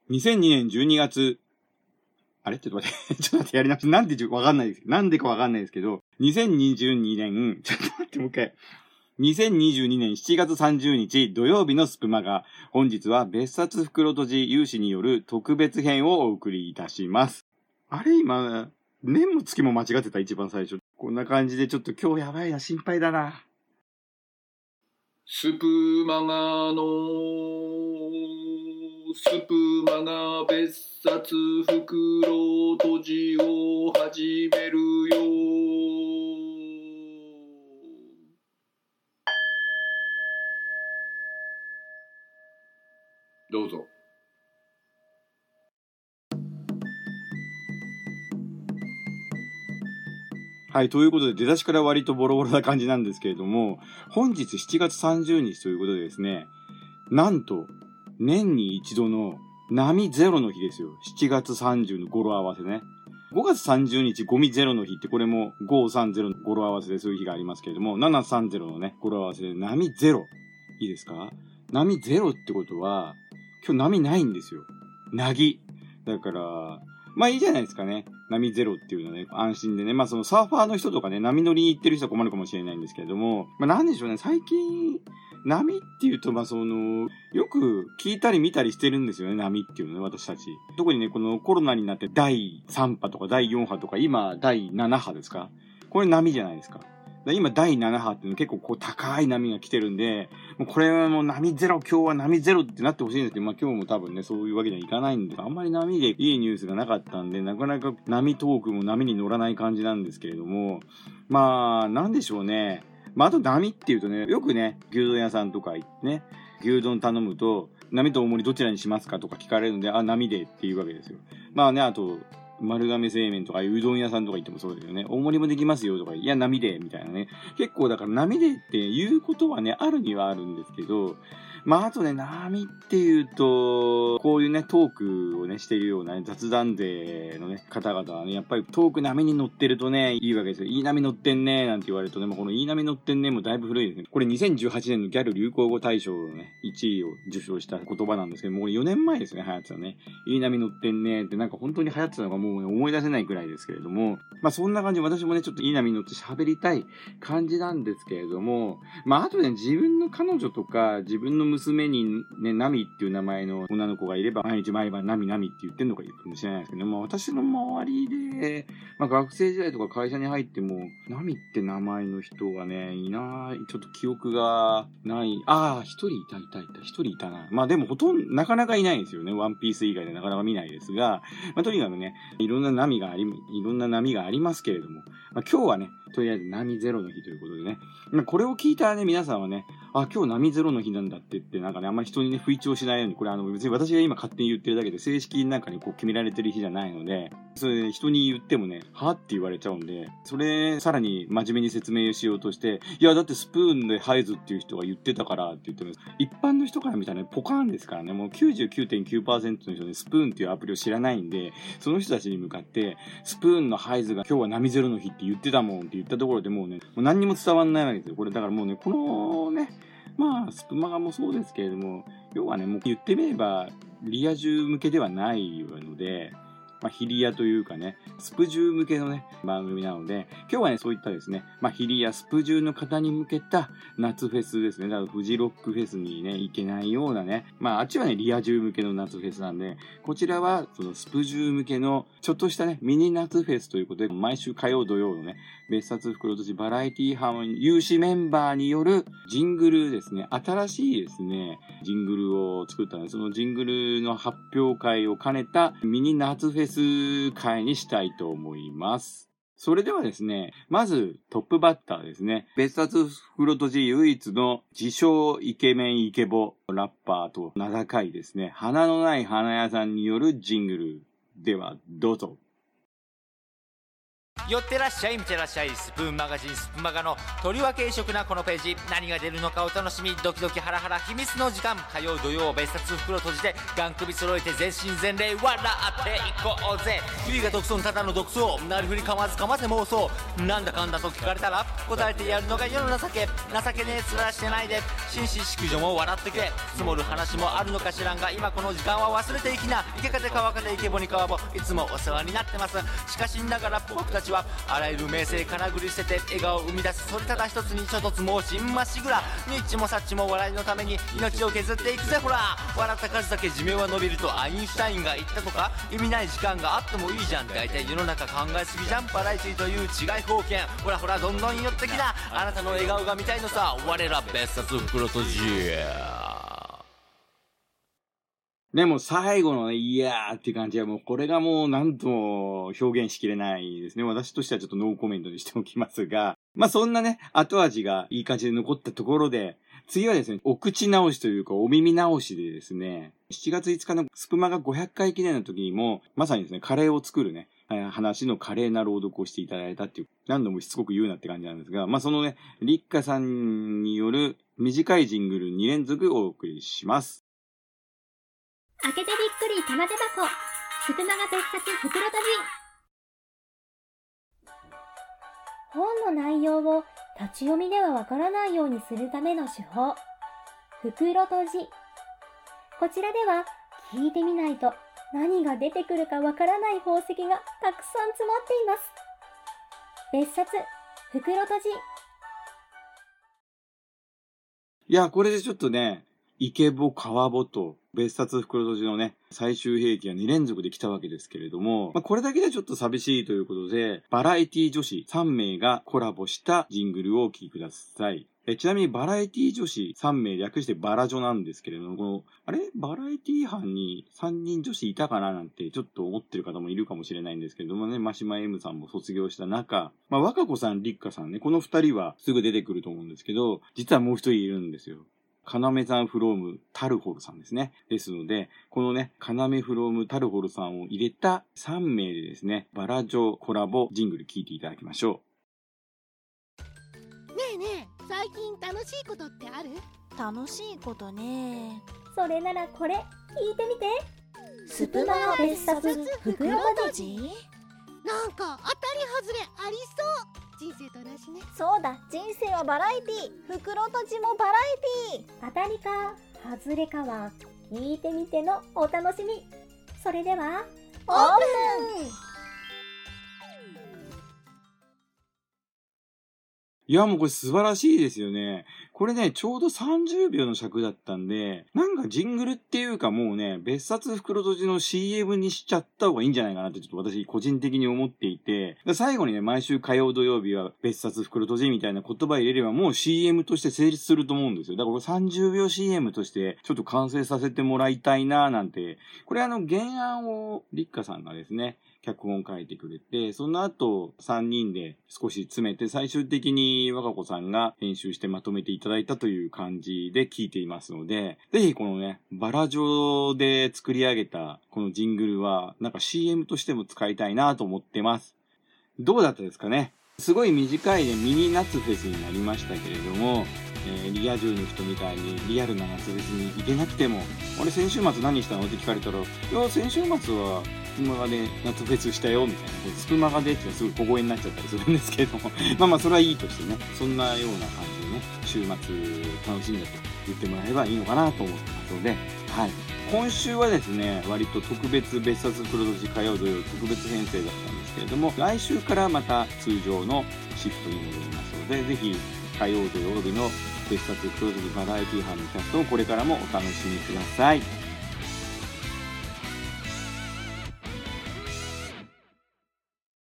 2002年12月、あれちょっと待って、ちょっと待ってやり直し。なんでわかんないです。なんでかわかんないですけど、2022年、ちょっと待ってもう一回。2022年7月30日土曜日のスプマガ。本日は別冊袋とじ有志による特別編をお送りいたします。あれ今、年も月も間違ってた一番最初。こんな感じでちょっと今日やばいな、心配だな。 スプマガのスプマガ別冊袋とじを始めるよ。どうぞ。 はい、ということで出だしから割とボロボロな感じなんですけれども、本日7月30日ということでですね、なんと年に一度の波ゼロの日ですよ。7月30の語呂合わせね。5月30日ゴミゼロの日ってこれも530の語呂合わせでそういう日がありますけれども、730のね、語呂合わせで波ゼロ。いいですか？波ゼロってことは、今日波ないんですよ。なぎ。だから、まあいいじゃないですかね。波ゼロっていうのはね、安心でね。まあそのサーファーの人とかね、波乗りに行ってる人は困るかもしれないんですけれども、まあなんでしょうね、最近、波っていうと、まあその、よく聞いたり見たりしてるんですよね、波っていうのね、私たち。特にね、このコロナになって第3波とか第4波とか、今第7波ですか？これ波じゃないですか。今第7波っていうの結構こう高い波が来てるんで、もうこれはもう波ゼロ、今日は波ゼロってなってほしいんですけど、まあ今日も多分ね、そういうわけにはいかないんで、あんまり波でいいニュースがなかったんで、なかなか波トークも波に乗らない感じなんですけれども、まあ、なんでしょうね。まああと波っていうとね、よくね、牛丼屋さんとか行ってね、牛丼頼むと、波と大盛りどちらにしますかとか聞かれるんで、あ、波でっていうわけですよ。まあね、あと、丸亀製麺とかうどん屋さんとか行ってもそうですよね。大盛りもできますよとか、いや、波で、みたいなね。結構だから波でって言うことはね、あるにはあるんですけど、まああとね、波っていうと、こういうね、トークをね、しているような、ね、雑談勢のね、方々はね、やっぱりトーク波に乗ってるとね、いいわけですよ。いい波乗ってんねなんて言われるとね、もうこのいい波乗ってんねもだいぶ古いですね。これ2018年のギャル流行語大賞のね、1位を受賞した言葉なんですけども、4年前ですね、流行ってたね。いい波乗ってんねってなんか本当に流行ってたのがもう、ね、思い出せないくらいですけれども、まあそんな感じ、私もね、ちょっといい波に乗って喋りたい感じなんですけれども、まああとね、自分の彼女とか、自分の娘にね、ナミっていう名前の女の子がいれば、毎日毎晩ナミナミって言ってんのかもしれないですけど、まあ私の周りで、まあ学生時代とか会社に入っても、ナミって名前の人がね、いない、ちょっと記憶がない。一人一人いたな。まあでもほとんど、なかなかいないんですよね。ワンピース以外でなかなか見ないですが、まあとにかくね、いろんな波がありますけれども、まあ今日はね、とりあえず波ゼロの日ということでね、まあこれを聞いたらね、皆さんはね、今日波ゼロの日なんだって言って、なんかね、あんまり人にね、不意調しないように、これ別に私が今勝手に言ってるだけで、正式になんかにこう決められてる日じゃないので、それで人に言ってもね、はって言われちゃうんで、それ、さらに真面目に説明しようとして、いや、だってスプーンでハイズっていう人が言ってたからって言っても、一般の人から見たらね、ポカーンですからね、もう 99.9% の人でスプーンっていうアプリを知らないんで、その人たちに向かって、スプーンのハイズが今日は波ゼロの日って言ってたもんって言ったところでもうね、もう何にも伝わんないわけですよ。これだからもうね、このね、まあ、スプマガもそうですけれども、要はね、もう言ってみれば、リア充向けではないので、まあ、ヒリアというかね、スプ充向けのね、番組なので、今日はね、そういったですね、まあ、ヒリア、スプ充の方に向けた夏フェスですね。だから、フジロックフェスにね、行けないようなね、まあ、あっちはね、リア充向けの夏フェスなんで、こちらは、そのスプ充向けの、ちょっとしたね、ミニ夏フェスということで、毎週火曜土曜のね、別冊袋とじバラエティ班有志メンバーによるジングルですね、新しいですね、ジングルを作ったので、そのジングルの発表会を兼ねたミニ夏フェス会にしたいと思います。それではですね、まずトップバッターですね。別冊袋とじ唯一の自称イケメンイケボラッパーと名高いですね、花のない花屋さんによるジングル。では、どうぞ。 寄ってらっしゃい見てらっしゃい、スプーンマガジンスプマガのとりわけ異色なこのページ、何が出るのかお楽しみ、ドキドキハラハラ秘密の時間、火曜土曜別冊袋閉じてガン首揃えて全身全霊笑っていこうぜ。ゆいが独尊ただの独創、なりふりかまずかませ妄想、なんだかんだと聞かれたら答えてやるのが世の情け、情けねえ面してないで紳士淑女も笑ってくれ、積もる話もあるのか知らんが今この時間は忘れていきな、池風川風イケボに川ぼいつもお世話になってます。しかしながら僕たちはあらゆる名声からぐり捨てて笑顔を生み出す、それただ一つに諸突猛進まっしぐら、ニッチもサッチも笑いのために命を削っていくぜほら。笑った数だけ寿命は伸びるとアインシュタインが言ったとか、意味ない時間があってもいいじゃん、大体世の中考えすぎじゃん、バラエティという違い貢献、ほらほらどんどん寄ってきな、あなたの笑顔が見たいのさ、我ら別冊袋閉じ。 でも最後のね、いやーっていう感じはもうこれがもうなんとも表現しきれないですね。私としてはちょっとノーコメントにしておきますが、まあそんなね、後味がいい感じで残ったところで、次はですね、お口直しというかお耳直しでですね、7月5日のスプマが500回記念の時にも、まさにですね、カレーを作るね、話の華麗な朗読をしていただいたっていう、何度もしつこく言うなって感じなんですが、まあそのね、立花さんによる短いジングル2連続お送りします。 開けてびっくり玉手箱、スプマガ別冊袋閉じ。本の内容を立ち読みではわからないようにするための手法、袋閉じ。こちらでは聞いてみないと何が出てくるかわからない宝石がたくさん詰まっています。別冊袋閉じ。 いや、これでちょっとね、イケボ、川ボと別冊袋閉じのね、最終兵器が2連続で来たわけですけれども、まあ、これだけでちょっと寂しいということで、バラエティ女子3名がコラボしたジングルをお聴きください。ちなみにバラエティ女子3名略してバラ女なんですけれども、バラエティ班に3人女子いたかななんてちょっと思ってる方もいるかもしれないんですけれどもね、マシマ M さんも卒業した中、まあ、若子さん、立花さんね、この2人はすぐ出てくると思うんですけど、実はもう1人いるんですよ。カナメさんフロームタルホルさんですね。ですので、このね、カナメフロームタルホルさんを入れた3名でですね、バラ女コラボジングル聴いていただきましょう。ねえねえ、最近楽しいことってある？ 楽しいことね。 それならこれ、聞いてみて。 スプマガ別冊袋閉じ？ なんか当たり外れありそう。人生と同じね。 そうだ、人生はバラエティ、袋閉じもバラエティ。 当たりか外れかは聞いてみてのお楽しみ。それではオープン。 いや、もうこれ素晴らしいですよね。これね、ちょうど30秒の尺だったんで、なんかジングルっていうかもうね、別冊袋閉じの CM にしちゃった方がいいんじゃないかなってちょっと私個人的に思っていて、最後にね、毎週火曜土曜日は別冊袋閉じみたいな言葉入れればもう CM として成立すると思うんですよ。だからこれ30秒 CM としてちょっと完成させてもらいたいなーなんて、これ原案を立花さんがですね、脚本書いてくれて、その後3人で少し詰めて最終的に若子さんが編集してまとめていただいたという感じで聞いていますので、ぜひこのね、バラ状で作り上げたこのジングルはなんか CM としても使いたいなと思ってます。どうだったですかね？すごい短いでミニ夏フェスになりましたけれども、リア充の人みたいにリアルな夏フェスに行けなくても、俺先週末何したのって聞かれたら、いや先週末はスプマガで夏フェスしたよみたいな、スプマガでってすごい小声になっちゃったりするんですけれどもまあそれはいいとしてね、そんなような感じでね、週末楽しんだと言ってもらえばいいのかなと思ってますので、はい、今週はですね、割と特別別冊袋閉じ火曜土曜特別編成だったんですけれども、来週からまた通常のシフトに戻りますので、ぜひ火曜土曜日の別冊袋閉じバラエティ班のキャストをこれからもお楽しみください。